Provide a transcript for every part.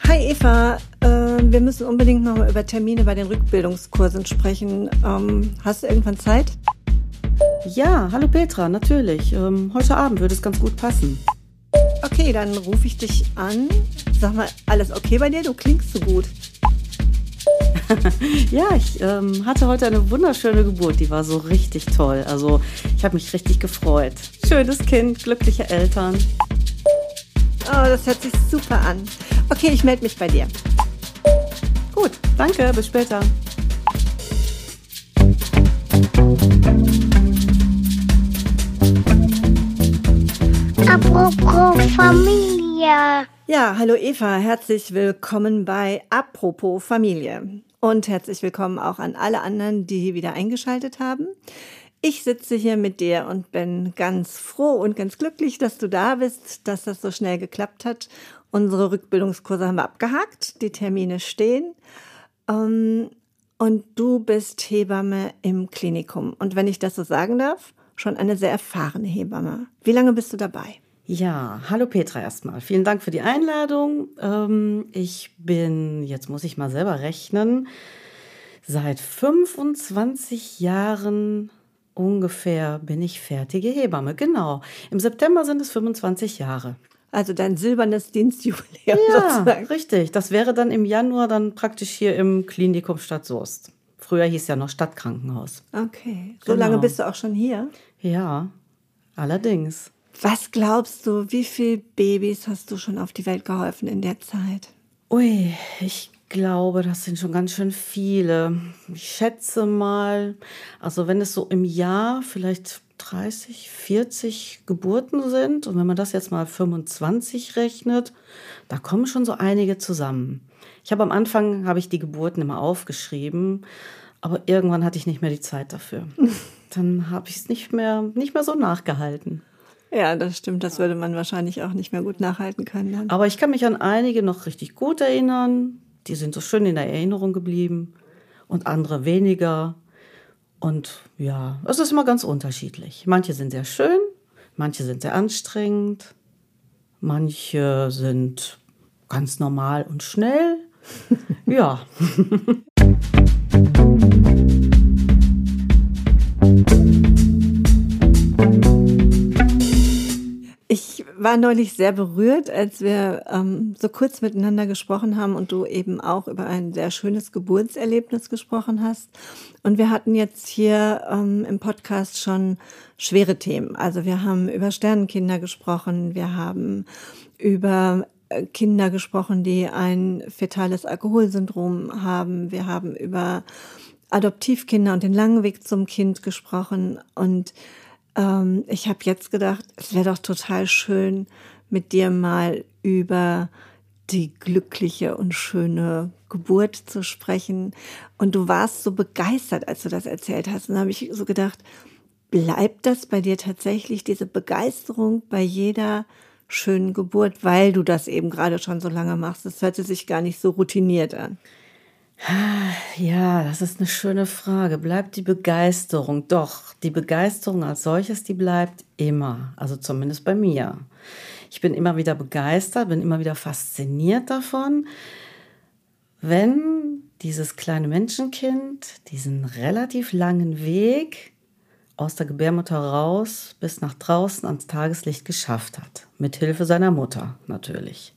Hi Eva, wir müssen unbedingt noch mal über Termine bei den Rückbildungskursen sprechen. Hast du irgendwann Zeit? Ja, hallo Petra, natürlich. Heute Abend würde es ganz gut passen. Okay, dann rufe ich dich an. Sag mal, alles okay bei dir? Du klingst so gut. Ja, ich hatte heute eine wunderschöne Geburt, die war so richtig toll. Also ich habe mich richtig gefreut. Schönes Kind, glückliche Eltern. Oh, das hört sich super an. Okay, ich melde mich bei dir. Gut, danke, bis später. Apropos Familie. Ja, hallo Eva, herzlich willkommen bei Apropos Familie. Und herzlich willkommen auch an alle anderen, die wieder eingeschaltet haben. Ich sitze hier mit dir und bin ganz froh und ganz glücklich, dass du da bist, dass das so schnell geklappt hat. Unsere Rückbildungskurse haben wir abgehakt, die Termine stehen. Und du bist Hebamme im Klinikum. Und wenn ich das so sagen darf, schon eine sehr erfahrene Hebamme. Wie lange bist du dabei? Ja, hallo Petra erstmal. Vielen Dank für die Einladung. Ich bin, jetzt muss ich mal selber rechnen, seit 25 Jahren ungefähr bin ich fertige Hebamme. Genau, im September sind es 25 Jahre. Also dein silbernes Dienstjubiläum Ja, sozusagen. richtig. Das wäre dann im Januar dann praktisch hier im Klinikum Stadt Soest. Früher hieß ja noch Stadtkrankenhaus. Okay, so Genau. lange bist du auch schon hier? Ja, allerdings. Was glaubst du, wie viele Babys hast du schon auf die Welt geholfen in der Zeit? Ui, ich glaube, das sind schon ganz schön viele. Ich schätze mal, also wenn es so im Jahr vielleicht 30, 40 Geburten sind und wenn man das jetzt mal 25 rechnet, da kommen schon so einige zusammen. Am Anfang habe ich die Geburten immer aufgeschrieben, aber irgendwann hatte ich nicht mehr die Zeit dafür. Dann habe ich es nicht mehr so nachgehalten. Ja, das stimmt. Das würde man wahrscheinlich auch nicht mehr gut nachhalten können. Dann. Aber ich kann mich an einige noch richtig gut erinnern. Die sind so schön in der Erinnerung geblieben und andere weniger. Und ja, es ist immer ganz unterschiedlich. Manche sind sehr schön, manche sind sehr anstrengend, manche sind ganz normal und schnell. Ja. Ich war neulich sehr berührt, als wir so kurz miteinander gesprochen haben und du eben auch über ein sehr schönes Geburtserlebnis gesprochen hast. Und wir hatten jetzt hier im Podcast schon schwere Themen. Also wir haben über Sternenkinder gesprochen, wir haben über Kinder gesprochen, die ein fetales Alkoholsyndrom haben. Wir haben über Adoptivkinder und den langen Weg zum Kind gesprochen. Und ich habe jetzt gedacht, es wäre doch total schön, mit dir mal über die glückliche und schöne Geburt zu sprechen. Und du warst so begeistert, als du das erzählt hast. Und da habe ich so gedacht, bleibt das bei dir tatsächlich, diese Begeisterung bei jeder schönen Geburt, weil du das eben gerade schon so lange machst? Das hörte sich gar nicht so routiniert an. Ja, das ist eine schöne Frage. Bleibt die Begeisterung? Doch, die Begeisterung als solches, die bleibt immer. Also zumindest bei mir. Ich bin immer wieder begeistert, bin immer wieder fasziniert davon, wenn dieses kleine Menschenkind diesen relativ langen Weg aus der Gebärmutter raus bis nach draußen ans Tageslicht geschafft hat. Mit Hilfe seiner Mutter natürlich.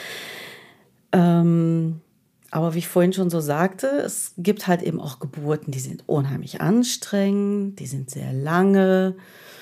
Aber wie ich vorhin schon so sagte, es gibt halt eben auch Geburten, die sind unheimlich anstrengend, die sind sehr lange.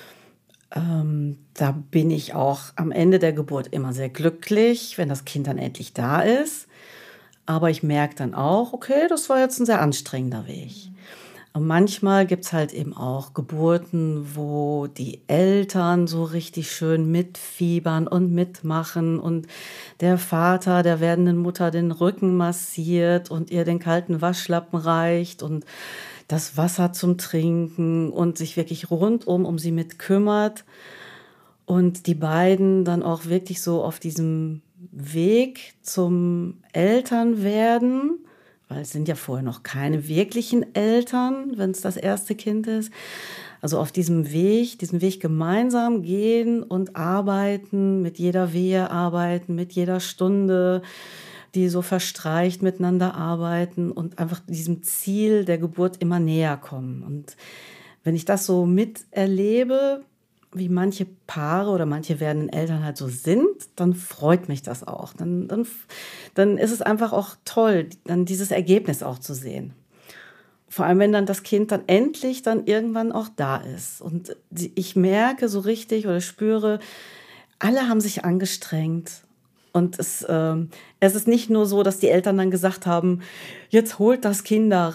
Da bin ich auch am Ende der Geburt immer sehr glücklich, wenn das Kind dann endlich da ist. Aber ich merke dann auch, okay, das war jetzt ein sehr anstrengender Weg. Und manchmal gibt es halt eben auch Geburten, wo die Eltern so richtig schön mitfiebern und mitmachen und der Vater der werdenden Mutter den Rücken massiert und ihr den kalten Waschlappen reicht und das Wasser zum Trinken und sich wirklich rundum um sie mit kümmert. Und die beiden dann auch wirklich so auf diesem Weg zum Elternwerden, weil es sind ja vorher noch keine wirklichen Eltern, wenn es das erste Kind ist. Also auf diesem Weg, diesen Weg gemeinsam gehen und arbeiten, mit jeder Wehe arbeiten, mit jeder Stunde die so verstreicht miteinander arbeiten und einfach diesem Ziel der Geburt immer näher kommen. Und wenn ich das so miterlebe, wie manche Paare oder manche werdenden Eltern halt so sind, dann freut mich das auch. Dann ist es einfach auch toll, dann dieses Ergebnis auch zu sehen. Vor allem, wenn dann das Kind dann endlich dann irgendwann auch da ist. Und ich merke so richtig oder spüre, alle haben sich angestrengt. Und es ist nicht nur so, dass die Eltern dann gesagt haben, jetzt holt das Kind da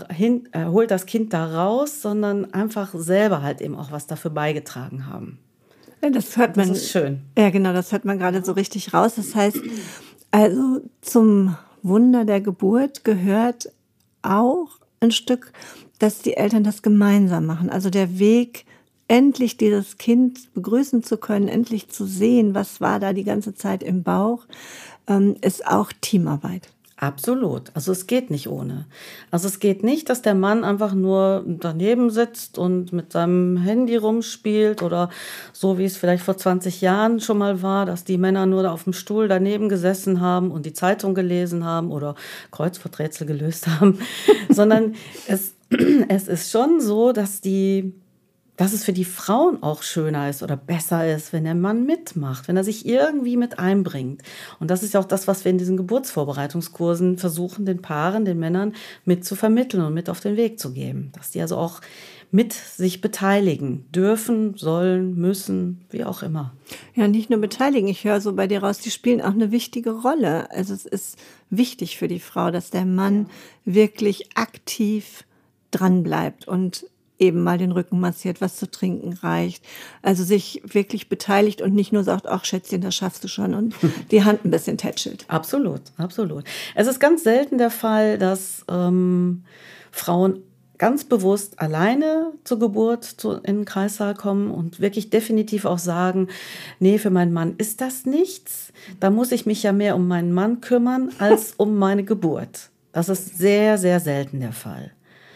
raus, sondern einfach selber halt eben auch was dafür beigetragen haben. Ja, das hört man. Das ist schön. Ja, genau, das hört man gerade so richtig raus. Das heißt, also zum Wunder der Geburt gehört auch ein Stück, dass die Eltern das gemeinsam machen. Also der Weg, endlich dieses Kind begrüßen zu können, endlich zu sehen, was war da die ganze Zeit im Bauch, ist auch Teamarbeit. Absolut. Also es geht nicht ohne. Also es geht nicht, dass der Mann einfach nur daneben sitzt und mit seinem Handy rumspielt oder so, wie es vielleicht vor 20 Jahren schon mal war, dass die Männer nur da auf dem Stuhl daneben gesessen haben und die Zeitung gelesen haben oder Kreuzworträtsel gelöst haben, sondern es ist schon so, dass es für die Frauen auch schöner ist oder besser ist, wenn der Mann mitmacht, wenn er sich irgendwie mit einbringt. Und das ist ja auch das, was wir in diesen Geburtsvorbereitungskursen versuchen, den Paaren, den Männern mit zu vermitteln und mit auf den Weg zu geben. Dass die also auch mit sich beteiligen dürfen, sollen, müssen, wie auch immer. Ja, nicht nur beteiligen. Ich höre so bei dir raus, die spielen auch eine wichtige Rolle. Also es ist wichtig für die Frau, dass der Mann wirklich aktiv dran bleibt und eben mal den Rücken massiert, was zu trinken reicht. Also sich wirklich beteiligt und nicht nur sagt, ach Schätzchen, das schaffst du schon und die Hand ein bisschen tätschelt. Absolut, absolut. Es ist ganz selten der Fall, dass Frauen ganz bewusst alleine zur Geburt in den Kreissaal kommen und wirklich definitiv auch sagen, nee, für meinen Mann ist das nichts. Da muss ich mich ja mehr um meinen Mann kümmern als um meine Geburt. Das ist sehr, sehr selten der Fall.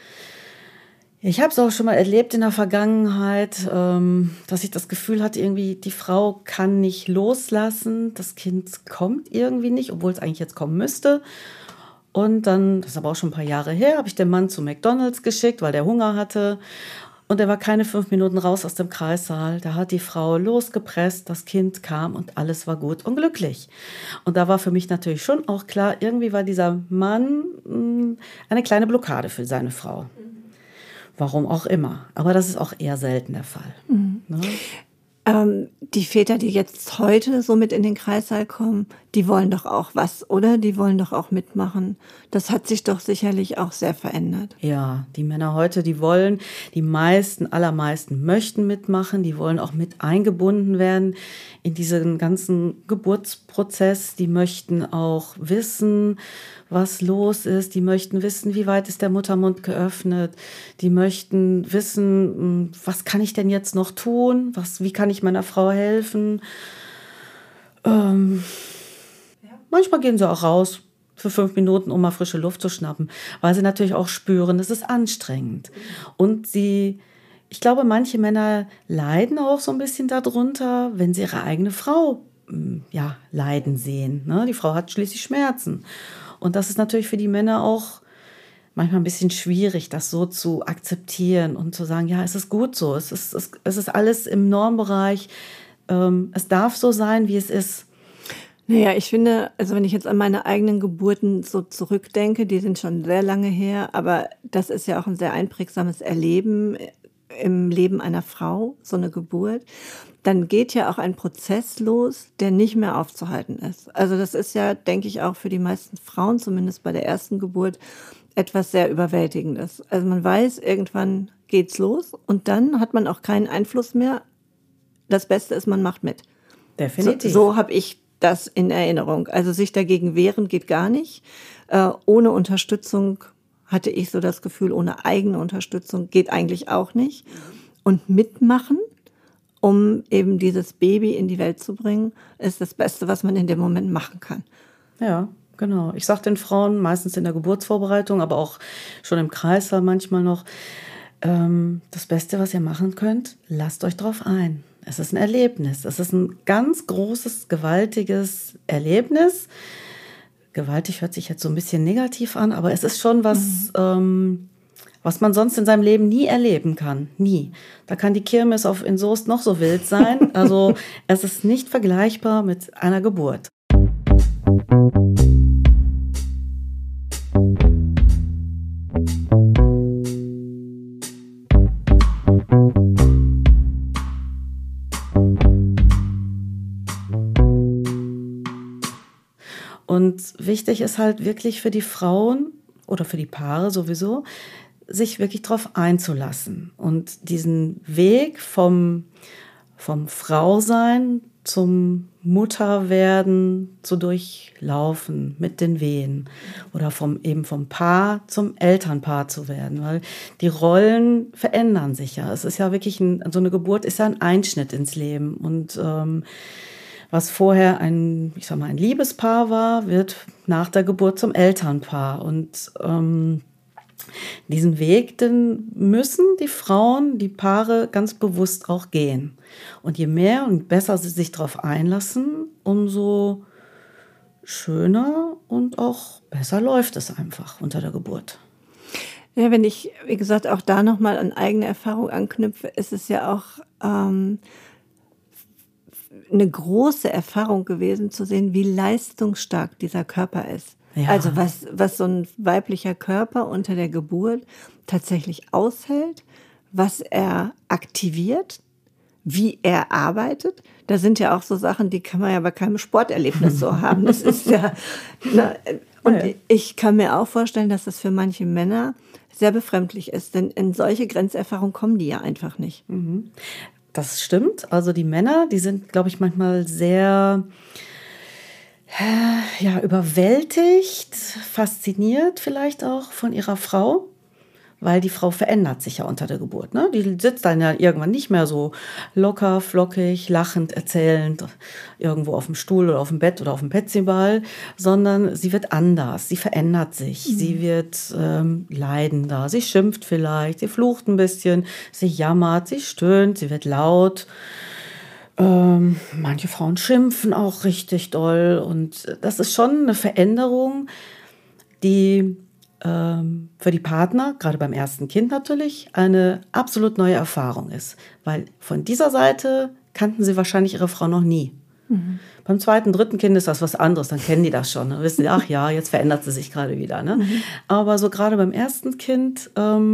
Ich habe es auch schon mal erlebt in der Vergangenheit, dass ich das Gefühl hatte, irgendwie die Frau kann nicht loslassen, das Kind kommt irgendwie nicht, obwohl es eigentlich jetzt kommen müsste. Und dann, das ist aber auch schon ein paar Jahre her, habe ich den Mann zu McDonald's geschickt, weil der Hunger hatte. Und er war keine 5 Minuten raus aus dem Kreissaal. Da hat die Frau losgepresst, das Kind kam und alles war gut und glücklich. Und da war für mich natürlich schon auch klar, irgendwie war dieser Mann eine kleine Blockade für seine Frau. Warum auch immer. Aber das ist auch eher selten der Fall. Mhm. Ne? Die Väter, die jetzt heute so mit in den Kreissaal kommen, die wollen doch auch was, oder? Die wollen doch auch mitmachen. Das hat sich doch sicherlich auch sehr verändert. Ja, die Männer heute, die allermeisten möchten mitmachen, die wollen auch mit eingebunden werden in diesen ganzen Geburtsprozess. Die möchten auch wissen, was los ist. Die möchten wissen, wie weit ist der Muttermund geöffnet. Die möchten wissen, was kann ich denn jetzt noch tun? Wie kann ich meiner Frau helfen? Manchmal gehen sie auch raus für 5 Minuten, um mal frische Luft zu schnappen, weil sie natürlich auch spüren, es ist anstrengend. Und ich glaube, manche Männer leiden auch so ein bisschen darunter, wenn sie ihre eigene Frau leiden sehen. Ne? Die Frau hat schließlich Schmerzen. Und das ist natürlich für die Männer auch manchmal ein bisschen schwierig, das so zu akzeptieren und zu sagen, ja, es ist gut so, es ist alles im Normbereich, es darf so sein, wie es ist. Naja, ich finde, also wenn ich jetzt an meine eigenen Geburten so zurückdenke, die sind schon sehr lange her, aber das ist ja auch ein sehr einprägsames Erleben im Leben einer Frau, so eine Geburt. Dann geht ja auch ein Prozess los, der nicht mehr aufzuhalten ist. Also das ist ja, denke ich, auch für die meisten Frauen, zumindest bei der ersten Geburt, etwas sehr Überwältigendes. Also man weiß, irgendwann geht's los und dann hat man auch keinen Einfluss mehr. Das Beste ist, man macht mit. Definitiv. So habe ich das in Erinnerung. Also sich dagegen wehren geht gar nicht. Ohne Unterstützung hatte ich so das Gefühl, ohne eigene Unterstützung geht eigentlich auch nicht. Und mitmachen, um eben dieses Baby in die Welt zu bringen, ist das Beste, was man in dem Moment machen kann. Ja, genau. Ich sage den Frauen meistens in der Geburtsvorbereitung, aber auch schon im Kreislauf manchmal noch, das Beste, was ihr machen könnt, lasst euch drauf ein. Es ist ein Erlebnis. Es ist ein ganz großes, gewaltiges Erlebnis. gewaltig hört sich jetzt so ein bisschen negativ an, aber es ist schon was, was man sonst in seinem Leben nie erleben kann. Nie. Da kann die Kirmes in Soest noch so wild sein. Also es ist nicht vergleichbar mit einer Geburt. Und wichtig ist halt wirklich für die Frauen oder für die Paare sowieso, sich wirklich darauf einzulassen und diesen Weg vom Frausein zum Mutterwerden zu durchlaufen mit den Wehen oder vom Paar zum Elternpaar zu werden, weil die Rollen verändern sich ja. Es ist ja wirklich so eine Geburt ist ja ein Einschnitt ins Leben und was vorher ein Liebespaar war, wird nach der Geburt zum Elternpaar und diesen Weg, den müssen die Frauen, die Paare ganz bewusst auch gehen. Und je mehr und besser sie sich darauf einlassen, umso schöner und auch besser läuft es einfach unter der Geburt. Ja, wenn ich, wie gesagt, auch da nochmal an eigene Erfahrung anknüpfe, ist es ja auch eine große Erfahrung gewesen zu sehen, wie leistungsstark dieser Körper ist. Ja. Also was so ein weiblicher Körper unter der Geburt tatsächlich aushält, was er aktiviert, wie er arbeitet. Da sind ja auch so Sachen, die kann man ja bei keinem Sporterlebnis so haben. Das ist ja, und ich kann mir auch vorstellen, dass das für manche Männer sehr befremdlich ist, denn in solche Grenzerfahrungen kommen die ja einfach nicht. Das stimmt. Also die Männer, die sind, glaube ich, manchmal sehr überwältigt, fasziniert vielleicht auch von ihrer Frau, weil die Frau verändert sich ja unter der Geburt. Ne? Die sitzt dann ja irgendwann nicht mehr so locker, flockig, lachend, erzählend irgendwo auf dem Stuhl oder auf dem Bett oder auf dem Petsyball, sondern sie wird anders, sie verändert sich, sie wird leidender, sie schimpft vielleicht, sie flucht ein bisschen, sie jammert, sie stöhnt, sie wird laut. Manche Frauen schimpfen auch richtig doll und das ist schon eine Veränderung, die für die Partner, gerade beim ersten Kind natürlich, eine absolut neue Erfahrung ist. Weil von dieser Seite kannten sie wahrscheinlich ihre Frau noch nie. Beim zweiten, dritten Kind ist das was anderes, dann kennen die das schon. Dann wissen sie, ach ja, jetzt verändert sie sich gerade wieder. Ne? Aber so gerade beim ersten Kind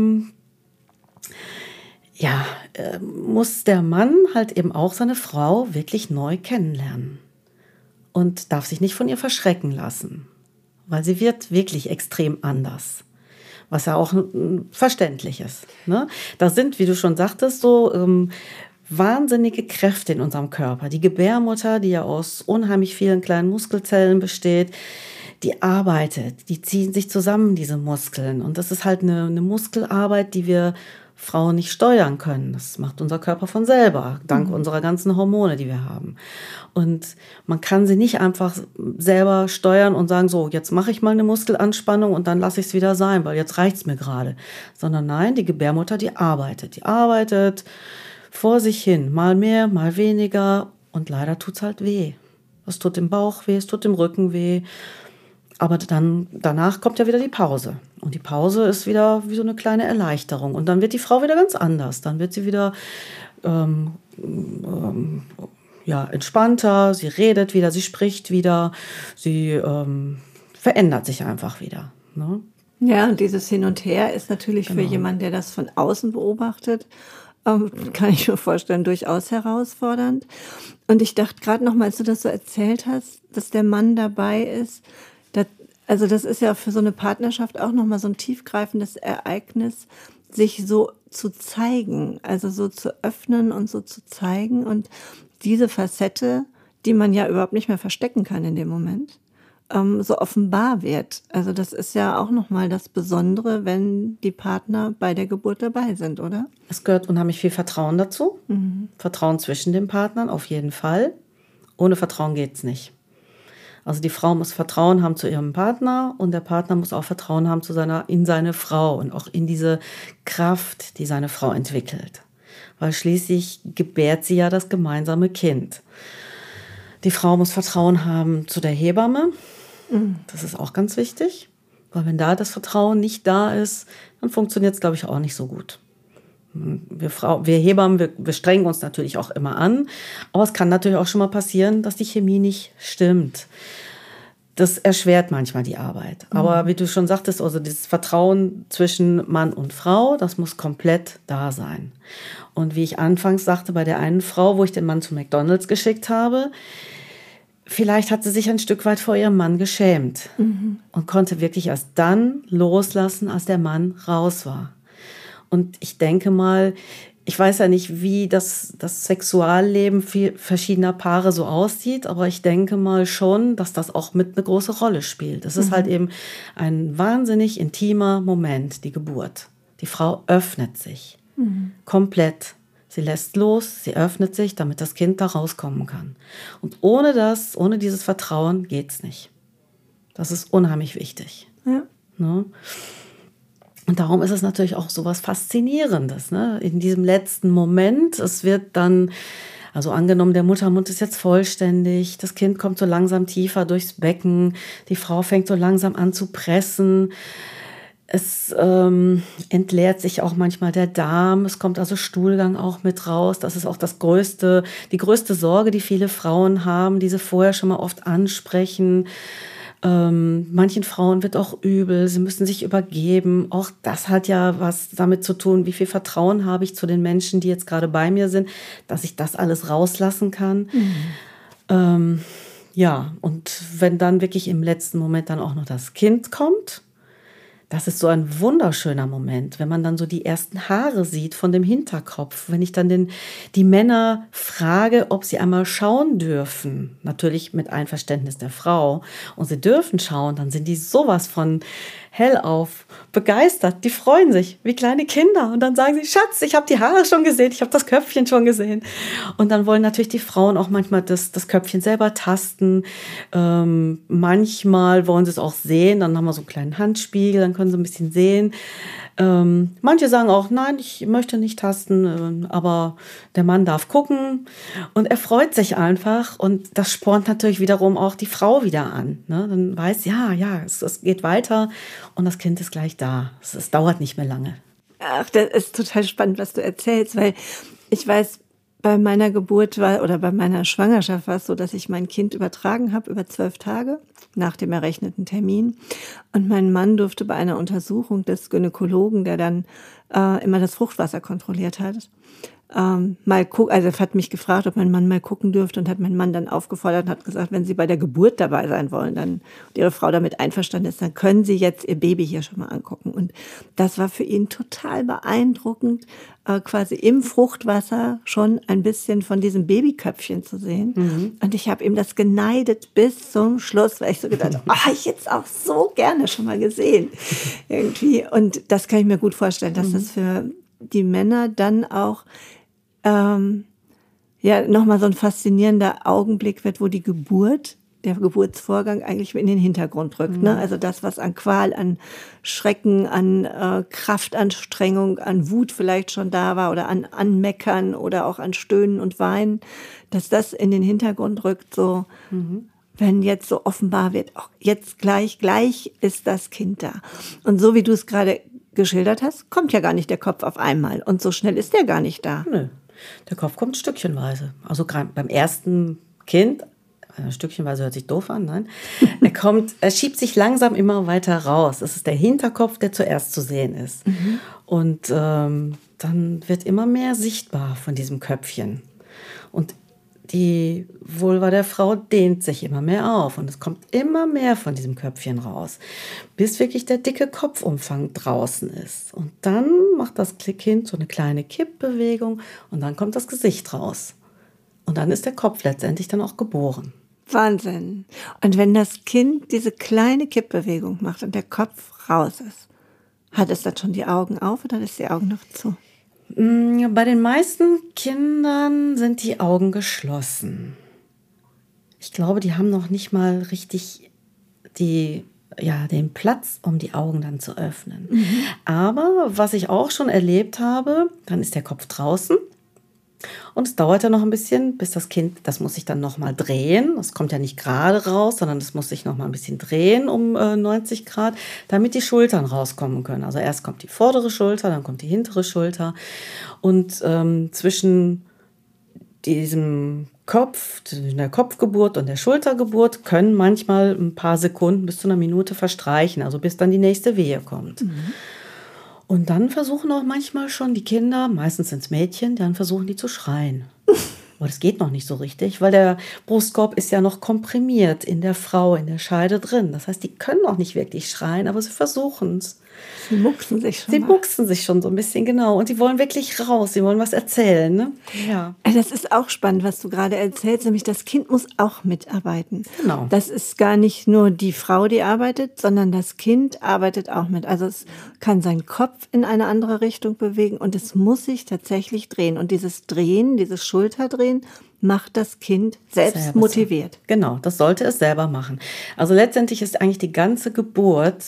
muss der Mann halt eben auch seine Frau wirklich neu kennenlernen und darf sich nicht von ihr verschrecken lassen, weil sie wird wirklich extrem anders, was ja auch verständlich ist. Ne? Da sind, wie du schon sagtest, so wahnsinnige Kräfte in unserem Körper. Die Gebärmutter, die ja aus unheimlich vielen kleinen Muskelzellen besteht, die arbeitet, die ziehen sich zusammen, diese Muskeln. Und das ist halt eine Muskelarbeit, die wir Frauen nicht steuern können. Das macht unser Körper von selber, dank unserer ganzen Hormone, die wir haben. Und man kann sie nicht einfach selber steuern und sagen, so, jetzt mache ich mal eine Muskelanspannung und dann lasse ich es wieder sein, weil jetzt reicht es mir gerade. Sondern nein, die Gebärmutter, die arbeitet vor sich hin, mal mehr, mal weniger und leider tut es halt weh. Es tut im Bauch weh, es tut im Rücken weh. Aber danach kommt ja wieder die Pause. Und die Pause ist wieder wie so eine kleine Erleichterung. Und dann wird die Frau wieder ganz anders. Dann wird sie wieder entspannter, sie redet wieder, sie spricht wieder, sie verändert sich einfach wieder. Ne? Ja, und dieses Hin und Her ist natürlich für jemanden, der das von außen beobachtet, kann ich mir vorstellen, durchaus herausfordernd. Und ich dachte gerade noch mal, als du das so erzählt hast, dass der Mann dabei ist, also das ist ja für so eine Partnerschaft auch nochmal so ein tiefgreifendes Ereignis, sich so zu zeigen, also so zu öffnen und so zu zeigen und diese Facette, die man ja überhaupt nicht mehr verstecken kann in dem Moment, so offenbar wird. Also das ist ja auch nochmal das Besondere, wenn die Partner bei der Geburt dabei sind, oder? Es gehört unheimlich viel Vertrauen dazu. Vertrauen zwischen den Partnern, auf jeden Fall. Ohne Vertrauen geht's nicht. Also die Frau muss Vertrauen haben zu ihrem Partner und der Partner muss auch Vertrauen haben in seine Frau und auch in diese Kraft, die seine Frau entwickelt. Weil schließlich gebärt sie ja das gemeinsame Kind. Die Frau muss Vertrauen haben zu der Hebamme, Das ist auch ganz wichtig, weil wenn da das Vertrauen nicht da ist, dann funktioniert es, glaube ich, auch nicht so gut. Wir Hebammen, wir strengen uns natürlich auch immer an, aber es kann natürlich auch schon mal passieren, dass die Chemie nicht stimmt. Das erschwert manchmal die Arbeit. Aber wie du schon sagtest, also dieses Vertrauen zwischen Mann und Frau, das muss komplett da sein. Und wie ich anfangs sagte, bei der einen Frau, wo ich den Mann zu McDonald's geschickt habe, vielleicht hat sie sich ein Stück weit vor ihrem Mann geschämt und konnte wirklich erst dann loslassen, als der Mann raus war. Und ich denke mal, ich weiß ja nicht, wie das Sexualleben verschiedener Paare so aussieht, aber ich denke mal schon, dass das auch mit eine große Rolle spielt. Es ist halt eben ein wahnsinnig intimer Moment, die Geburt. Die Frau öffnet sich komplett. Sie lässt los, sie öffnet sich, damit das Kind da rauskommen kann. Und ohne dieses Vertrauen geht's nicht. Das ist unheimlich wichtig. Ja. Ne? Und darum ist es natürlich auch so was Faszinierendes, ne? In diesem letzten Moment, es wird dann, also angenommen, der Muttermund ist jetzt vollständig, das Kind kommt so langsam tiefer durchs Becken, die Frau fängt so langsam an zu pressen, es entleert sich auch manchmal der Darm, es kommt also Stuhlgang auch mit raus. Das ist auch die größte Sorge, die viele Frauen haben, die sie vorher schon mal oft ansprechen. Manchen Frauen wird auch übel, sie müssen sich übergeben. Auch das hat ja was damit zu tun, wie viel Vertrauen habe ich zu den Menschen, die jetzt gerade bei mir sind, dass ich das alles rauslassen kann. Ja, und wenn dann wirklich im letzten Moment dann auch noch das Kind kommt, das ist so ein wunderschöner Moment, wenn man dann so die ersten Haare sieht von dem Hinterkopf. Wenn ich dann die Männer frage, ob sie einmal schauen dürfen, natürlich mit Einverständnis der Frau, und sie dürfen schauen, dann sind die sowas von hellauf begeistert. Die freuen sich wie kleine Kinder und dann sagen sie, Schatz, ich habe die Haare schon gesehen, ich habe das Köpfchen schon gesehen. Und dann wollen natürlich die Frauen auch manchmal das Köpfchen selber tasten. Manchmal wollen sie es auch sehen, dann haben wir so einen kleinen Handspiegel, dann können sie ein bisschen sehen. Manche sagen auch, nein, ich möchte nicht tasten, aber der Mann darf gucken und er freut sich einfach und das spornt natürlich wiederum auch die Frau wieder an. Ne? Dann weiß, es geht weiter und das Kind ist gleich da. Es dauert nicht mehr lange. Ach, das ist total spannend, was du erzählst, weil ich weiß, bei meiner Geburt oder bei meiner Schwangerschaft war es so, dass ich mein Kind übertragen habe über 12 Tage nach dem errechneten Termin. Und mein Mann durfte bei einer Untersuchung des Gynäkologen, der dann immer das Fruchtwasser kontrolliert hat, mal gucken. Also er hat mich gefragt, ob mein Mann mal gucken dürfte und hat mein Mann dann aufgefordert und hat gesagt, wenn Sie bei der Geburt dabei sein wollen, dann und Ihre Frau damit einverstanden ist, dann können Sie jetzt Ihr Baby hier schon mal angucken. Und das war für ihn total beeindruckend, quasi im Fruchtwasser schon ein bisschen von diesem Babyköpfchen zu sehen. Und ich habe ihm das geneidet bis zum Schluss, weil ich so gedacht habe, ich jetzt auch so gerne schon mal gesehen. Irgendwie. Und das kann ich mir gut vorstellen, dass das für die Männer dann auch nochmal so ein faszinierender Augenblick wird, wo die Geburt, der Geburtsvorgang eigentlich in den Hintergrund rückt. Ne? Also das, was an Qual, an Schrecken, an Kraftanstrengung, an Wut vielleicht schon da war oder an Anmeckern oder auch an Stöhnen und Weinen, dass das in den Hintergrund rückt, so wenn jetzt so offenbar wird, auch jetzt gleich ist das Kind da. Und so wie du es gerade geschildert hast, kommt ja gar nicht der Kopf auf einmal. Und so schnell ist der gar nicht da. Nö. Der Kopf kommt stückchenweise. Also beim ersten Kind, stückchenweise hört sich doof an, nein. Er schiebt sich langsam immer weiter raus. Es ist der Hinterkopf, der zuerst zu sehen ist. Und dann wird immer mehr sichtbar von diesem Köpfchen. Und die Vulva der Frau dehnt sich immer mehr auf und es kommt immer mehr von diesem Köpfchen raus, bis wirklich der dicke Kopfumfang draußen ist. Und dann macht das Kind so eine kleine Kippbewegung und dann kommt das Gesicht raus. Und dann ist der Kopf letztendlich dann auch geboren. Wahnsinn. Und wenn das Kind diese kleine Kippbewegung macht und der Kopf raus ist, hat es dann schon die Augen auf oder ist die Augen noch zu? Bei den meisten Kindern sind die Augen geschlossen. Ich glaube, die haben noch nicht mal richtig den Platz, um die Augen dann zu öffnen. Aber was ich auch schon erlebt habe, dann ist der Kopf draußen Und es dauert ja noch ein bisschen, bis das Kind, das muss sich dann nochmal drehen. Das kommt ja nicht gerade raus, sondern das muss sich nochmal ein bisschen drehen um 90 Grad, damit die Schultern rauskommen können. Also erst kommt die vordere Schulter, dann kommt die hintere Schulter. Und zwischen diesem Kopf, zwischen der Kopfgeburt und der Schultergeburt können manchmal ein paar Sekunden bis zu einer Minute verstreichen, also bis dann die nächste Wehe kommt. Und dann versuchen auch manchmal schon die Kinder, meistens sind es Mädchen, dann versuchen die zu schreien. Aber das geht noch nicht so richtig, weil der Brustkorb ist ja noch komprimiert in der Frau, in der Scheide drin. Das heißt, die können noch nicht wirklich schreien, aber sie versuchen es. Sie mucksen sich schon. Sie mucksen sich schon so ein bisschen, genau. Und die wollen wirklich raus, sie wollen was erzählen. Ne? Ja. Das ist auch spannend, was du gerade erzählst, nämlich das Kind muss auch mitarbeiten. Genau. Das ist gar nicht nur die Frau, die arbeitet, sondern das Kind arbeitet auch mit. Also es kann seinen Kopf in eine andere Richtung bewegen und es muss sich tatsächlich drehen. Und dieses Drehen, dieses Schulterdrehen, macht das Kind selbst motiviert. Genau, das sollte es selber machen. Also letztendlich ist eigentlich die ganze Geburt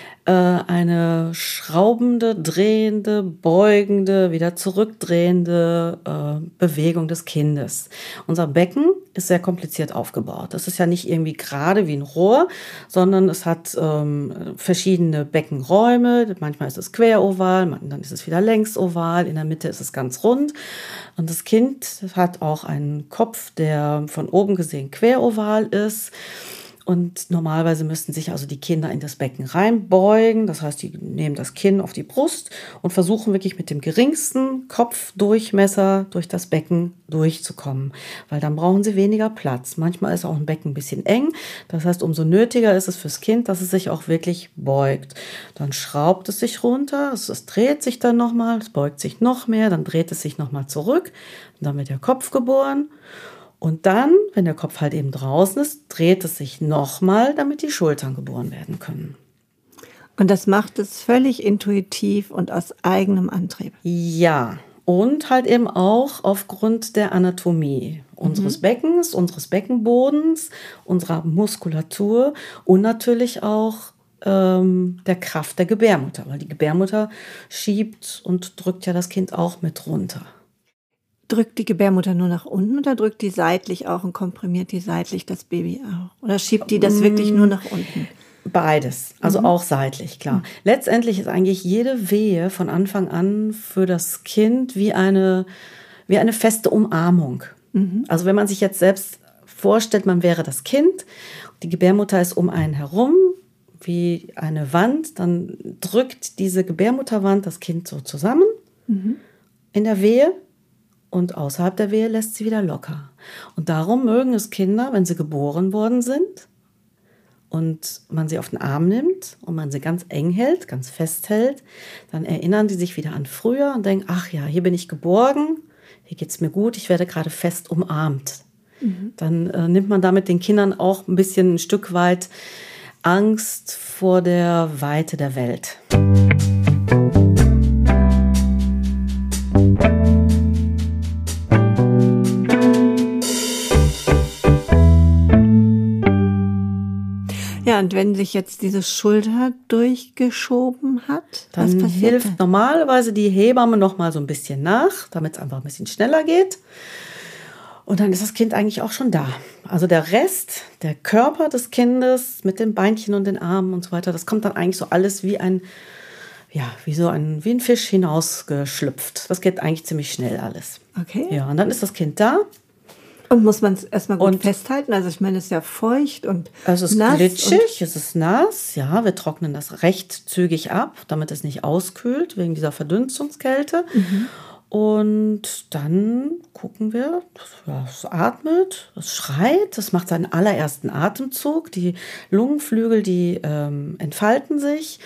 eine schraubende, drehende, beugende, wieder zurückdrehende Bewegung des Kindes. Unser Becken ist sehr kompliziert aufgebaut. Das ist ja nicht irgendwie gerade wie ein Rohr, sondern es hat verschiedene Beckenräume. Manchmal ist es queroval, dann ist es wieder längsoval, in der Mitte ist es ganz rund. Und das Kind hat auch einen Kopf, der von oben gesehen queroval ist. Und normalerweise müssten sich also die Kinder in das Becken reinbeugen. Das heißt, die nehmen das Kinn auf die Brust und versuchen wirklich mit dem geringsten Kopfdurchmesser durch das Becken durchzukommen. Weil dann brauchen sie weniger Platz. Manchmal ist auch ein Becken ein bisschen eng. Das heißt, umso nötiger ist es fürs Kind, dass es sich auch wirklich beugt. Dann schraubt es sich runter, es dreht sich dann nochmal, es beugt sich noch mehr, dann dreht es sich nochmal zurück. Und dann wird der Kopf geboren. Und dann, wenn der Kopf halt eben draußen ist, dreht es sich nochmal, damit die Schultern geboren werden können. Und das macht es völlig intuitiv und aus eigenem Antrieb. Ja, und halt eben auch aufgrund der Anatomie unseres Beckens, unseres Beckenbodens, unserer Muskulatur und natürlich auch der Kraft der Gebärmutter. Weil die Gebärmutter schiebt und drückt ja das Kind auch mit runter. Drückt die Gebärmutter nur nach unten oder drückt die seitlich auch und komprimiert die seitlich das Baby auch? Oder schiebt die das wirklich nur nach unten? Beides, also auch seitlich, klar. Letztendlich ist eigentlich jede Wehe von Anfang an für das Kind wie eine feste Umarmung. Also wenn man sich jetzt selbst vorstellt, man wäre das Kind, die Gebärmutter ist um einen herum wie eine Wand, dann drückt diese Gebärmutterwand das Kind so zusammen in der Wehe. Und außerhalb der Wehe lässt sie wieder locker. Und darum mögen es Kinder, wenn sie geboren worden sind und man sie auf den Arm nimmt und man sie ganz eng hält, ganz fest hält, dann erinnern die sich wieder an früher und denken, ach ja, hier bin ich geborgen, hier geht's mir gut, ich werde gerade fest umarmt. Dann nimmt man damit den Kindern auch ein bisschen ein Stück weit Angst vor der Weite der Welt. Ja, und wenn sich jetzt diese Schulter durchgeschoben hat, was Dann passiert hilft dann? normalerweise die Hebamme noch mal so ein bisschen nach, damit es einfach ein bisschen schneller geht. Und dann ist das Kind eigentlich auch schon da. Also der Rest, der Körper des Kindes mit den Beinchen und den Armen und so weiter, das kommt dann eigentlich so alles wie ein Fisch hinausgeschlüpft. Das geht eigentlich ziemlich schnell alles. Okay. Ja, und dann ist das Kind da. Und muss man es erstmal gut Und- festhalten? Also ich meine, es ist ja feucht und Es ist nass. glitschig, es ist nass. Ja, wir trocknen das recht zügig ab, damit es nicht auskühlt, wegen dieser Verdunstungskälte. Und dann gucken wir, es atmet, es schreit, es macht seinen allerersten Atemzug. Die Lungenflügel, die entfalten sich.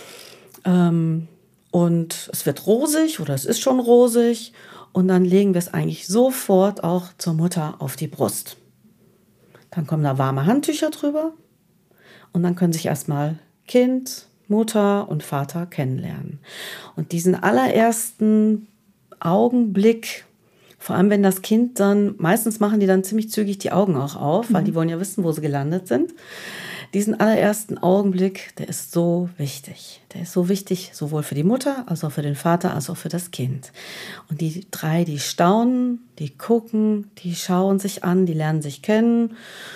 Und es wird rosig oder es ist schon rosig. Und dann legen wir es eigentlich sofort auch zur Mutter auf die Brust. Dann kommen da warme Handtücher drüber. Und dann können sich erstmal Kind, Mutter und Vater kennenlernen. Und diesen allerersten Augenblick, vor allem wenn das Kind dann, meistens machen die dann ziemlich zügig die Augen auch auf, weil die wollen ja wissen, wo sie gelandet sind. diesen allerersten Augenblick, der ist so wichtig. Der ist so wichtig, sowohl für die Mutter, als auch für den Vater, als auch für das Kind. Und die drei, die staunen, die gucken, die schauen sich an, die lernen sich kennen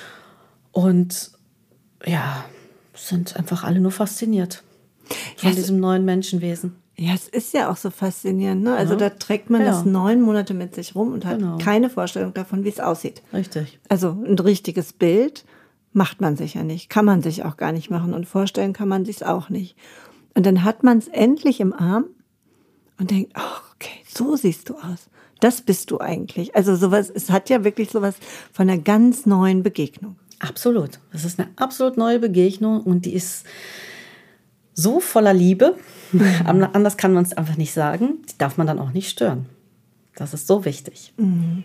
und ja, sind einfach alle nur fasziniert von diesem neuen Menschenwesen. Ja, es ist ja auch so faszinierend, ne? Also da trägt man das 9 Monate mit sich rum und hat keine Vorstellung davon, wie es aussieht. Richtig. Also ein richtiges Bild macht man sich ja nicht, kann man sich auch gar nicht machen und vorstellen kann man sich auch nicht. Und dann hat man es endlich im Arm und denkt, ach, okay, so siehst du aus. Das bist du eigentlich. Also sowas, es hat ja wirklich sowas von einer ganz neuen Begegnung. Absolut. Das ist eine absolut neue Begegnung und die ist so voller Liebe. Anders kann man es einfach nicht sagen. Die darf man dann auch nicht stören. Das ist so wichtig. Mhm.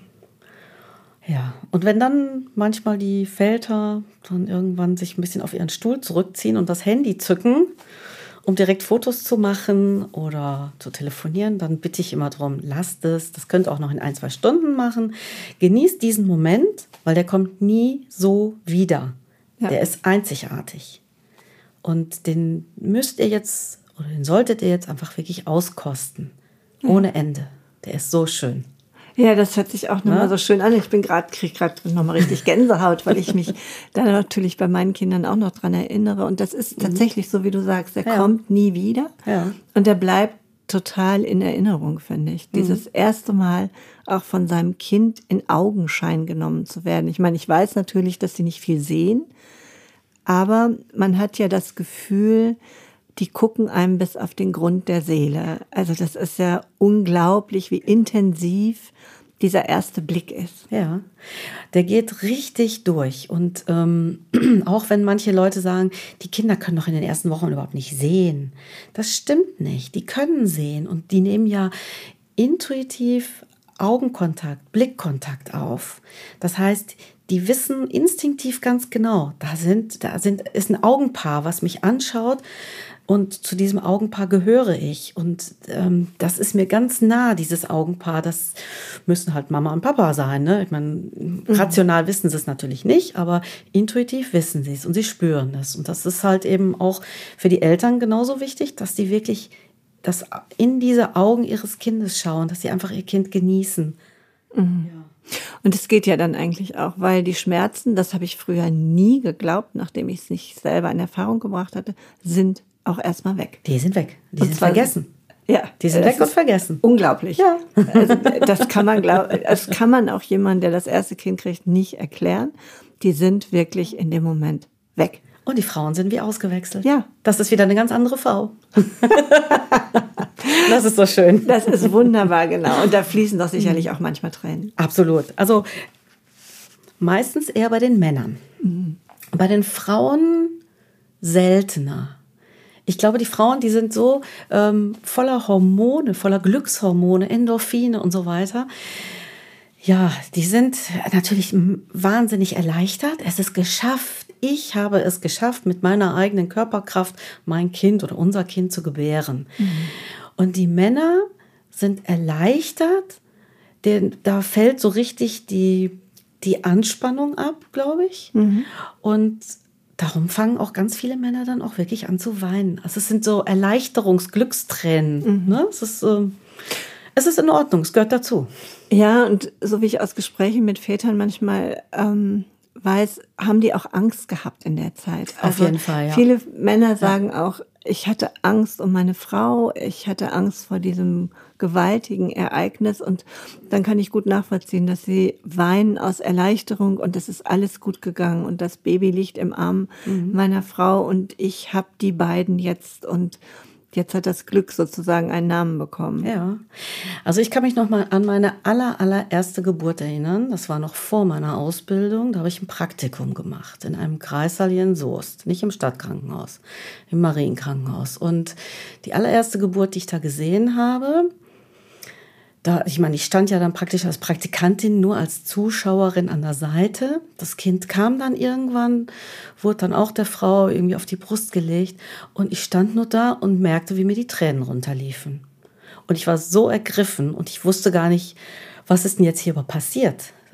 Ja, und wenn dann manchmal die Väter dann irgendwann sich ein bisschen auf ihren Stuhl zurückziehen und das Handy zücken, um direkt Fotos zu machen oder zu telefonieren, dann bitte ich immer darum, lasst es. Das könnt ihr auch noch in 1-2 Stunden machen. Genießt diesen Moment, weil der kommt nie so wieder. Ja. Der ist einzigartig. Und den müsst ihr jetzt, oder den solltet ihr jetzt einfach wirklich auskosten. Ohne Ende. Der ist so schön. Ja, das hört sich auch nochmal so schön an. Ich kriege gerade nochmal richtig Gänsehaut, weil ich mich da natürlich bei meinen Kindern auch noch dran erinnere. Und das ist tatsächlich so, wie du sagst, der kommt nie wieder. Ja. Und der bleibt total in Erinnerung, finde ich. Dieses erste Mal auch von seinem Kind in Augenschein genommen zu werden. Ich meine, ich weiß natürlich, dass sie nicht viel sehen. Aber man hat ja das Gefühl, die gucken einem bis auf den Grund der Seele. Also das ist ja unglaublich, wie intensiv dieser erste Blick ist. Ja, der geht richtig durch. Und auch wenn manche Leute sagen, die Kinder können doch in den ersten Wochen überhaupt nicht sehen. Das stimmt nicht. Die können sehen und die nehmen ja intuitiv Augenkontakt, Blickkontakt auf. Das heißt, die wissen instinktiv ganz genau, da ist ein Augenpaar, was mich anschaut und zu diesem Augenpaar gehöre ich. Und das ist mir ganz nah, dieses Augenpaar. Das müssen halt Mama und Papa sein. Ne? Ich meine, rational wissen sie es natürlich nicht, aber intuitiv wissen sie es und sie spüren es. Und das ist halt eben auch für die Eltern genauso wichtig, dass die wirklich das in diese Augen ihres Kindes schauen, dass sie einfach ihr Kind genießen. Mhm. Ja. Und es geht ja dann eigentlich auch, weil die Schmerzen, das habe ich früher nie geglaubt, nachdem ich es nicht selber in Erfahrung gebracht hatte, sind auch erstmal weg. Die sind weg. Die sind vergessen. Ja. Die sind weg und vergessen. Unglaublich. Ja. Also, das kann man auch jemandem, der das erste Kind kriegt, nicht erklären. Die sind wirklich in dem Moment weg. Und die Frauen sind wie ausgewechselt. Ja. Das ist wieder eine ganz andere Frau. Das ist so schön. Das ist wunderbar, genau. Und da fließen doch sicherlich auch manchmal Tränen. Absolut. Also meistens eher bei den Männern. Mhm. Bei den Frauen seltener. Ich glaube, die Frauen, die sind so voller Hormone, voller Glückshormone, Endorphine und so weiter. Ja, die sind natürlich wahnsinnig erleichtert. Es ist geschafft. Ich habe es geschafft, mit meiner eigenen Körperkraft mein Kind oder unser Kind zu gebären. Mhm. Und die Männer sind erleichtert. Da fällt so richtig die Anspannung ab, glaube ich. Mhm. Und darum fangen auch ganz viele Männer dann auch wirklich an zu weinen. Also es sind so Glückstränen. Mhm. Ne? Es ist in Ordnung, es gehört dazu. Ja, und so wie ich aus Gesprächen mit Vätern manchmal weiß, haben die auch Angst gehabt in der Zeit. Auf jeden Fall, ja. Viele Männer sagen auch, ich hatte Angst um meine Frau, ich hatte Angst vor diesem gewaltigen Ereignis und dann kann ich gut nachvollziehen, dass sie weinen aus Erleichterung und es ist alles gut gegangen und das Baby liegt im Arm meiner Frau und ich habe die beiden jetzt und jetzt hat das Glück sozusagen einen Namen bekommen. Ja, also ich kann mich noch mal an meine allererste Geburt erinnern. Das war noch vor meiner Ausbildung. Da habe ich ein Praktikum gemacht in einem Kreissaal hier in Soest. Nicht im Stadtkrankenhaus, im Marienkrankenhaus. Und die allererste Geburt, die ich da gesehen habe, ich stand ja dann praktisch als Praktikantin nur als Zuschauerin an der Seite. Das Kind kam dann irgendwann, wurde dann auch der Frau irgendwie auf die Brust gelegt. Und ich stand nur da und merkte, wie mir die Tränen runterliefen. Und ich war so ergriffen und ich wusste gar nicht, was ist denn jetzt hier überhaupt passiert.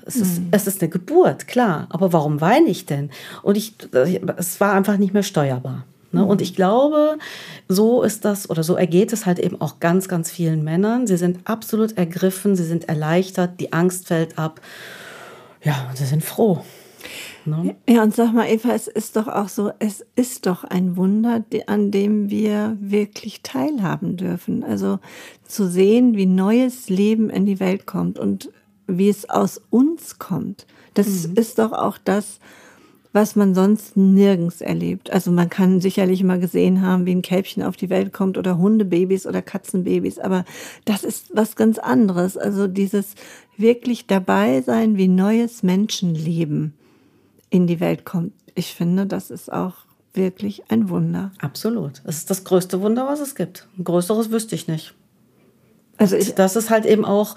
Es ist eine Geburt, klar. Aber warum weine ich denn? Und es war einfach nicht mehr steuerbar. Ne? Und ich glaube, so ist das oder so ergeht es halt eben auch ganz, ganz vielen Männern. Sie sind absolut ergriffen, sie sind erleichtert, die Angst fällt ab. Ja, und sie sind froh. Ne? Ja, und sag mal, Eva, es ist doch auch so, es ist doch ein Wunder, an dem wir wirklich teilhaben dürfen. Also zu sehen, wie neues Leben in die Welt kommt und wie es aus uns kommt. Das ist doch auch das, was man sonst nirgends erlebt. Also man kann sicherlich mal gesehen haben, wie ein Kälbchen auf die Welt kommt oder Hundebabys oder Katzenbabys, aber das ist was ganz anderes. Also dieses wirklich dabei sein, wie neues Menschenleben in die Welt kommt. Ich finde, das ist auch wirklich ein Wunder. Absolut. Es ist das größte Wunder, was es gibt. Ein größeres wüsste ich nicht. Also das ist halt eben auch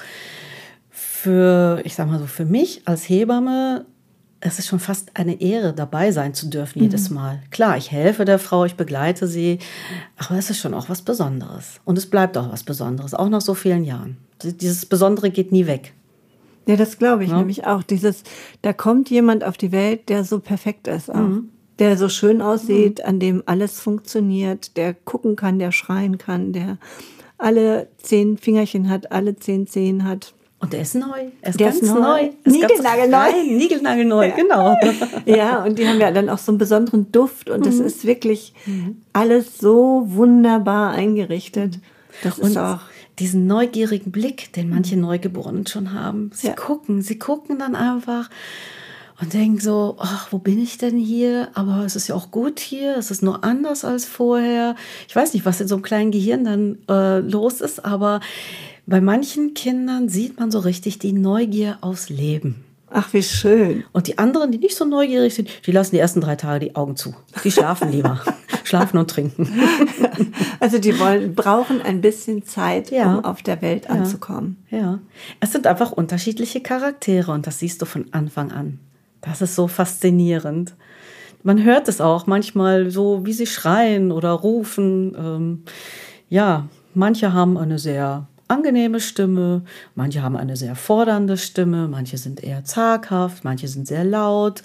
für mich als Hebamme, es ist schon fast eine Ehre, dabei sein zu dürfen jedes Mal. Klar, ich helfe der Frau, ich begleite sie, aber es ist schon auch was Besonderes. Und es bleibt auch was Besonderes, auch nach so vielen Jahren. Dieses Besondere geht nie weg. Ja, das glaube ich nämlich auch. Da kommt jemand auf die Welt, der so perfekt ist auch. Der so schön aussieht, an dem alles funktioniert, der gucken kann, der schreien kann, der alle 10 Fingerchen hat, alle 10 Zehen hat. Und der ist neu. Er ist der ganz ist neu. Niegelnagelneu. Niegelnagelneu, ja. Genau. Ja, und die haben ja dann auch so einen besonderen Duft und es ist wirklich alles so wunderbar eingerichtet. Das ist auch diesen neugierigen Blick, den manche Neugeborenen schon haben. Sie gucken dann einfach und denken so, ach, wo bin ich denn hier? Aber es ist ja auch gut hier, es ist nur anders als vorher. Ich weiß nicht, was in so einem kleinen Gehirn dann los ist, aber bei manchen Kindern sieht man so richtig die Neugier aufs Leben. Ach, wie schön. Und die anderen, die nicht so neugierig sind, die lassen die ersten 3 Tage die Augen zu. Die schlafen lieber. Schlafen und trinken. Also die brauchen ein bisschen Zeit, um auf der Welt anzukommen. Ja, es sind einfach unterschiedliche Charaktere und das siehst du von Anfang an. Das ist so faszinierend. Man hört es auch manchmal so, wie sie schreien oder rufen. Manche haben eine sehr angenehme Stimme, manche haben eine sehr fordernde Stimme, manche sind eher zaghaft, manche sind sehr laut.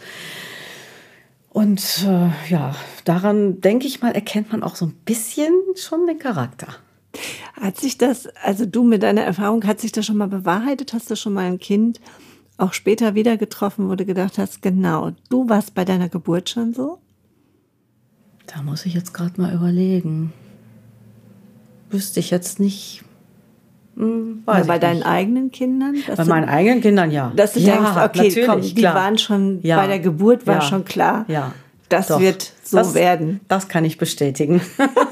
Und daran, denke ich mal, erkennt man auch so ein bisschen schon den Charakter. Hat sich das, also du mit deiner Erfahrung, hat sich das schon mal bewahrheitet? Hast du schon mal ein Kind auch später wieder getroffen, wo du gedacht hast, genau, du warst bei deiner Geburt schon so? Da muss ich jetzt gerade mal überlegen. Wüsste ich jetzt nicht. Bei deinen eigenen Kindern? Bei meinen eigenen Kindern, ja. Dass du denkst, okay, komm, die waren schon, bei der Geburt war schon klar, das wird so werden. Das kann ich bestätigen.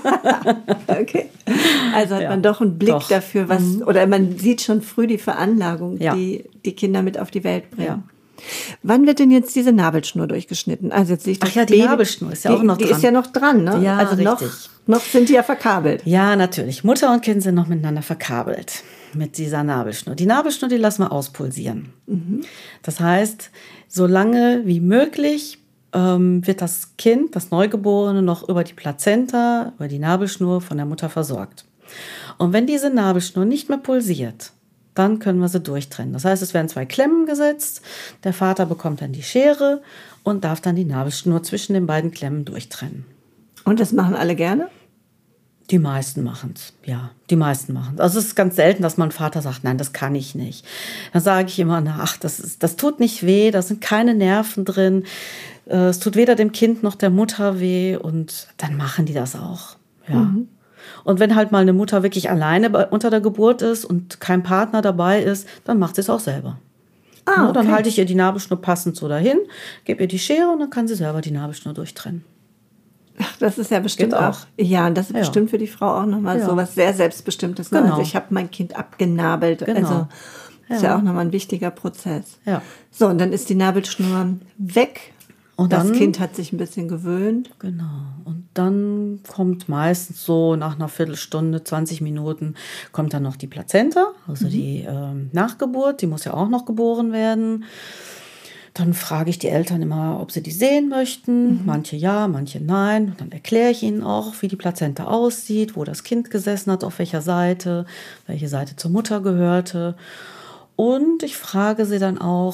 Okay. Also hat man doch einen Blick dafür, oder man sieht schon früh die Veranlagung, die die Kinder mit auf die Welt bringen. Ja. Wann wird denn jetzt diese Nabelschnur durchgeschnitten? Also jetzt sehe ich das die Nabelschnur ist ja auch noch dran. Die ist ja noch dran, ne? Ja, also richtig. Noch sind die ja verkabelt. Ja, natürlich. Mutter und Kind sind noch miteinander verkabelt mit dieser Nabelschnur. Die Nabelschnur, die lassen wir auspulsieren. Das heißt, so lange wie möglich wird das Kind, das Neugeborene, noch über die Plazenta, über die Nabelschnur von der Mutter versorgt. Und wenn diese Nabelschnur nicht mehr pulsiert, dann können wir sie durchtrennen. Das heißt, es werden 2 Klemmen gesetzt, der Vater bekommt dann die Schere und darf dann die Nabelschnur zwischen den beiden Klemmen durchtrennen. Und das machen alle gerne? Die meisten machen es, ja. Die meisten machen es. Also es ist ganz selten, dass mein Vater sagt, nein, das kann ich nicht. Dann sage ich immer, das tut nicht weh, da sind keine Nerven drin. Es tut weder dem Kind noch der Mutter weh und dann machen die das auch. Ja. Und wenn halt mal eine Mutter wirklich alleine unter der Geburt ist und kein Partner dabei ist, dann macht sie es auch selber. Okay. Dann halte ich ihr die Nabelschnur passend so dahin, gebe ihr die Schere und dann kann sie selber die Nabelschnur durchtrennen. Ach, das ist ja bestimmt auch. Ja, und das ist bestimmt für die Frau auch nochmal so was sehr Selbstbestimmtes. Ne? Genau. Also ich habe mein Kind abgenabelt. Genau. Also das ist ja auch nochmal ein wichtiger Prozess. Ja. So, und dann ist die Nabelschnur weg. Und das Kind hat sich ein bisschen gewöhnt. Genau. Und dann kommt meistens so nach einer Viertelstunde, 20 Minuten, kommt dann noch die Plazenta, also die Nachgeburt. Die muss ja auch noch geboren werden. Dann frage ich die Eltern immer, ob sie die sehen möchten. Manche ja, manche nein. Und dann erkläre ich ihnen auch, wie die Plazenta aussieht, wo das Kind gesessen hat, auf welcher Seite, welche Seite zur Mutter gehörte. Und ich frage sie dann auch,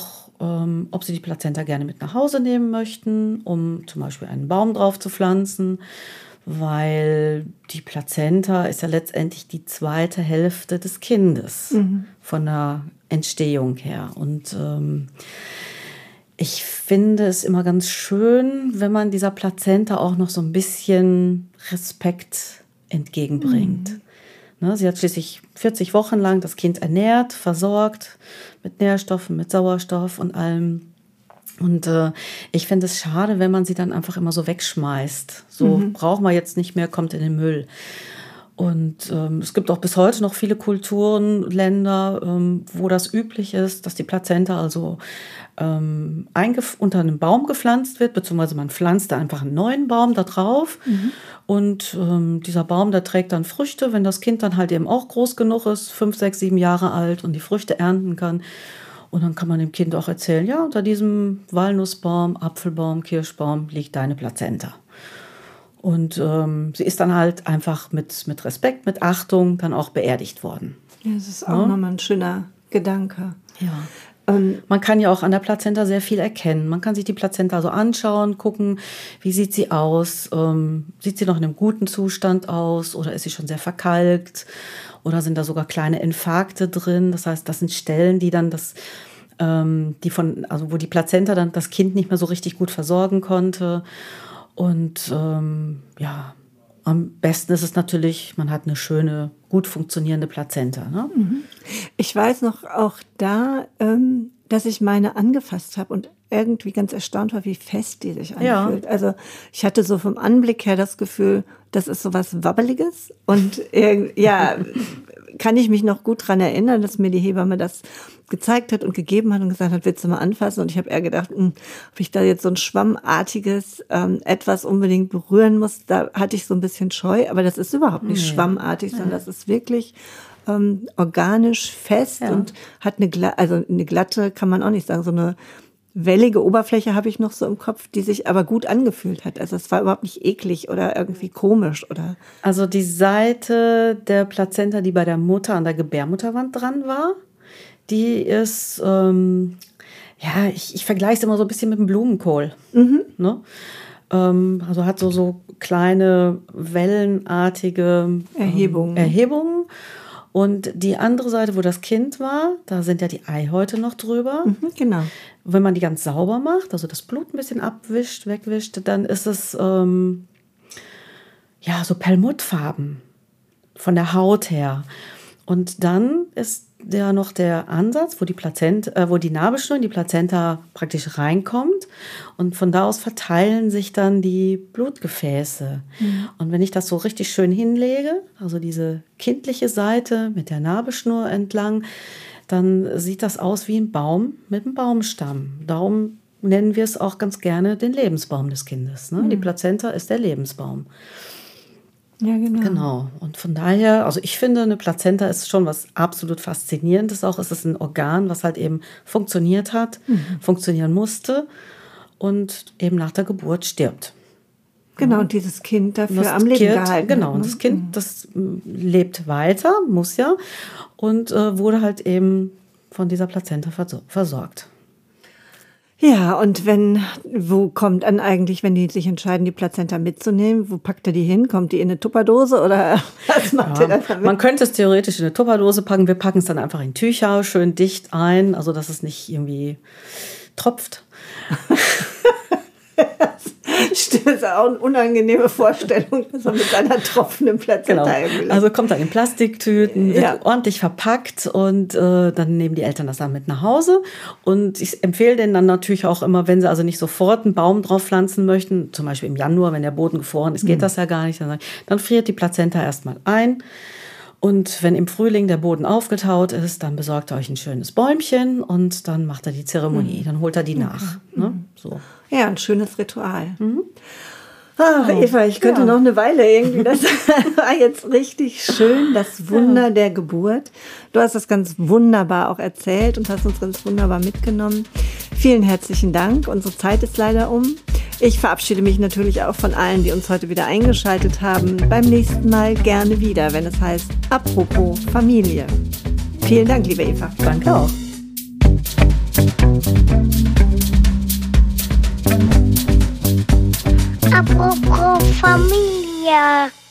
ob sie die Plazenta gerne mit nach Hause nehmen möchten, um zum Beispiel einen Baum drauf zu pflanzen, weil die Plazenta ist ja letztendlich die zweite Hälfte des Kindes von der Entstehung her. Und ich finde es immer ganz schön, wenn man dieser Plazenta auch noch so ein bisschen Respekt entgegenbringt. Ne, sie hat schließlich 40 Wochen lang das Kind ernährt, versorgt mit Nährstoffen, mit Sauerstoff und allem. Und ich finde es schade, wenn man sie dann einfach immer so wegschmeißt. So brauchen wir jetzt nicht mehr, kommt in den Müll. Und es gibt auch bis heute noch viele Kulturen, Länder, wo das üblich ist, dass die Plazenta also unter einem Baum gepflanzt wird, beziehungsweise man pflanzt da einfach einen neuen Baum da drauf. Und dieser Baum, der trägt dann Früchte, wenn das Kind dann halt eben auch groß genug ist, 5, 6, 7 Jahre alt und die Früchte ernten kann. Und dann kann man dem Kind auch erzählen, ja, unter diesem Walnussbaum, Apfelbaum, Kirschbaum liegt deine Plazenta. Und sie ist dann halt einfach mit Respekt, mit Achtung dann auch beerdigt worden. Ja, das ist auch nochmal ein schöner Gedanke. Ja. Man kann ja auch an der Plazenta sehr viel erkennen. Man kann sich die Plazenta so anschauen, gucken, wie sieht sie aus? Sieht sie noch in einem guten Zustand aus oder ist sie schon sehr verkalkt? Oder sind da sogar kleine Infarkte drin? Das heißt, das sind Stellen, die dann wo die Plazenta dann das Kind nicht mehr so richtig gut versorgen konnte. Und am besten ist es natürlich, man hat eine schöne, gut funktionierende Plazenta. Ne? Ich weiß noch auch da, dass ich meine angefasst habe und irgendwie ganz erstaunt war, wie fest die sich anfühlt. Ja. Also ich hatte so vom Anblick her das Gefühl, das ist so was Wabbeliges. Und kann ich mich noch gut dran erinnern, dass mir die Hebamme das gezeigt hat und gegeben hat und gesagt hat, willst du mal anfassen? Und ich habe eher gedacht, ob ich da jetzt so ein schwammartiges etwas unbedingt berühren muss. Da hatte ich so ein bisschen Scheu, aber das ist überhaupt nicht schwammartig, sondern das ist wirklich organisch fest und hat eine glatte, kann man auch nicht sagen, so eine wellige Oberfläche habe ich noch so im Kopf, die sich aber gut angefühlt hat. Also es war überhaupt nicht eklig oder irgendwie komisch oder. Also die Seite der Plazenta, die bei der Mutter an der Gebärmutterwand dran war, die ist, ich vergleiche es immer so ein bisschen mit dem Blumenkohl. Ne? Also hat so kleine wellenartige Erhebungen. Und die andere Seite, wo das Kind war, da sind ja die Eihäute noch drüber. Genau. Wenn man die ganz sauber macht, also das Blut ein bisschen wegwischt, dann ist es so perlmuttfarben von der Haut her. Und dann ist ja noch der Ansatz, wo die Nabelschnur in die Plazenta praktisch reinkommt und von da aus verteilen sich dann die Blutgefäße. Und wenn ich das so richtig schön hinlege, also diese kindliche Seite mit der Nabelschnur entlang, dann sieht das aus wie ein Baum mit einem Baumstamm. Darum nennen wir es auch ganz gerne den Lebensbaum des Kindes. Ne? Die Plazenta ist der Lebensbaum. Ja, Genau. Und von daher, also ich finde, eine Plazenta ist schon was absolut Faszinierendes auch. Es ist ein Organ, was halt eben funktioniert hat, funktionieren musste und eben nach der Geburt stirbt. Genau, und dieses Kind dafür am Leben gehalten. Genau, hat, und das Kind, das lebt weiter, muss ja, und wurde halt eben von dieser Plazenta versorgt. Ja, und wo kommt dann eigentlich, wenn die sich entscheiden, die Plazenta mitzunehmen, wo packt er die hin? Kommt die in eine Tupperdose oder was macht ihr dann damit? Man könnte es theoretisch in eine Tupperdose packen. Wir packen es dann einfach in Tücher, schön dicht ein, also dass es nicht irgendwie tropft. Das ist auch eine unangenehme Vorstellung, so mit einer tropfenden Plazenta. Genau. Also kommt dann in Plastiktüten, wird ordentlich verpackt und dann nehmen die Eltern das dann mit nach Hause. Und ich empfehle denen dann natürlich auch immer, wenn sie also nicht sofort einen Baum drauf pflanzen möchten, zum Beispiel im Januar, wenn der Boden gefroren ist, geht das ja gar nicht, dann friert die Plazenta erstmal ein. Und wenn im Frühling der Boden aufgetaut ist, dann besorgt er euch ein schönes Bäumchen und dann macht er die Zeremonie. Dann holt er die nach. Ne? So. Ja, ein schönes Ritual. Ach, Eva, ich könnte noch eine Weile irgendwie. Das war jetzt richtig schön, das Wunder der Geburt. Du hast das ganz wunderbar auch erzählt und hast uns ganz wunderbar mitgenommen. Vielen herzlichen Dank. Unsere Zeit ist leider um. Ich verabschiede mich natürlich auch von allen, die uns heute wieder eingeschaltet haben. Beim nächsten Mal gerne wieder, wenn es heißt Apropos Familie. Vielen Dank, liebe Eva. Danke auch. Apropos Familie.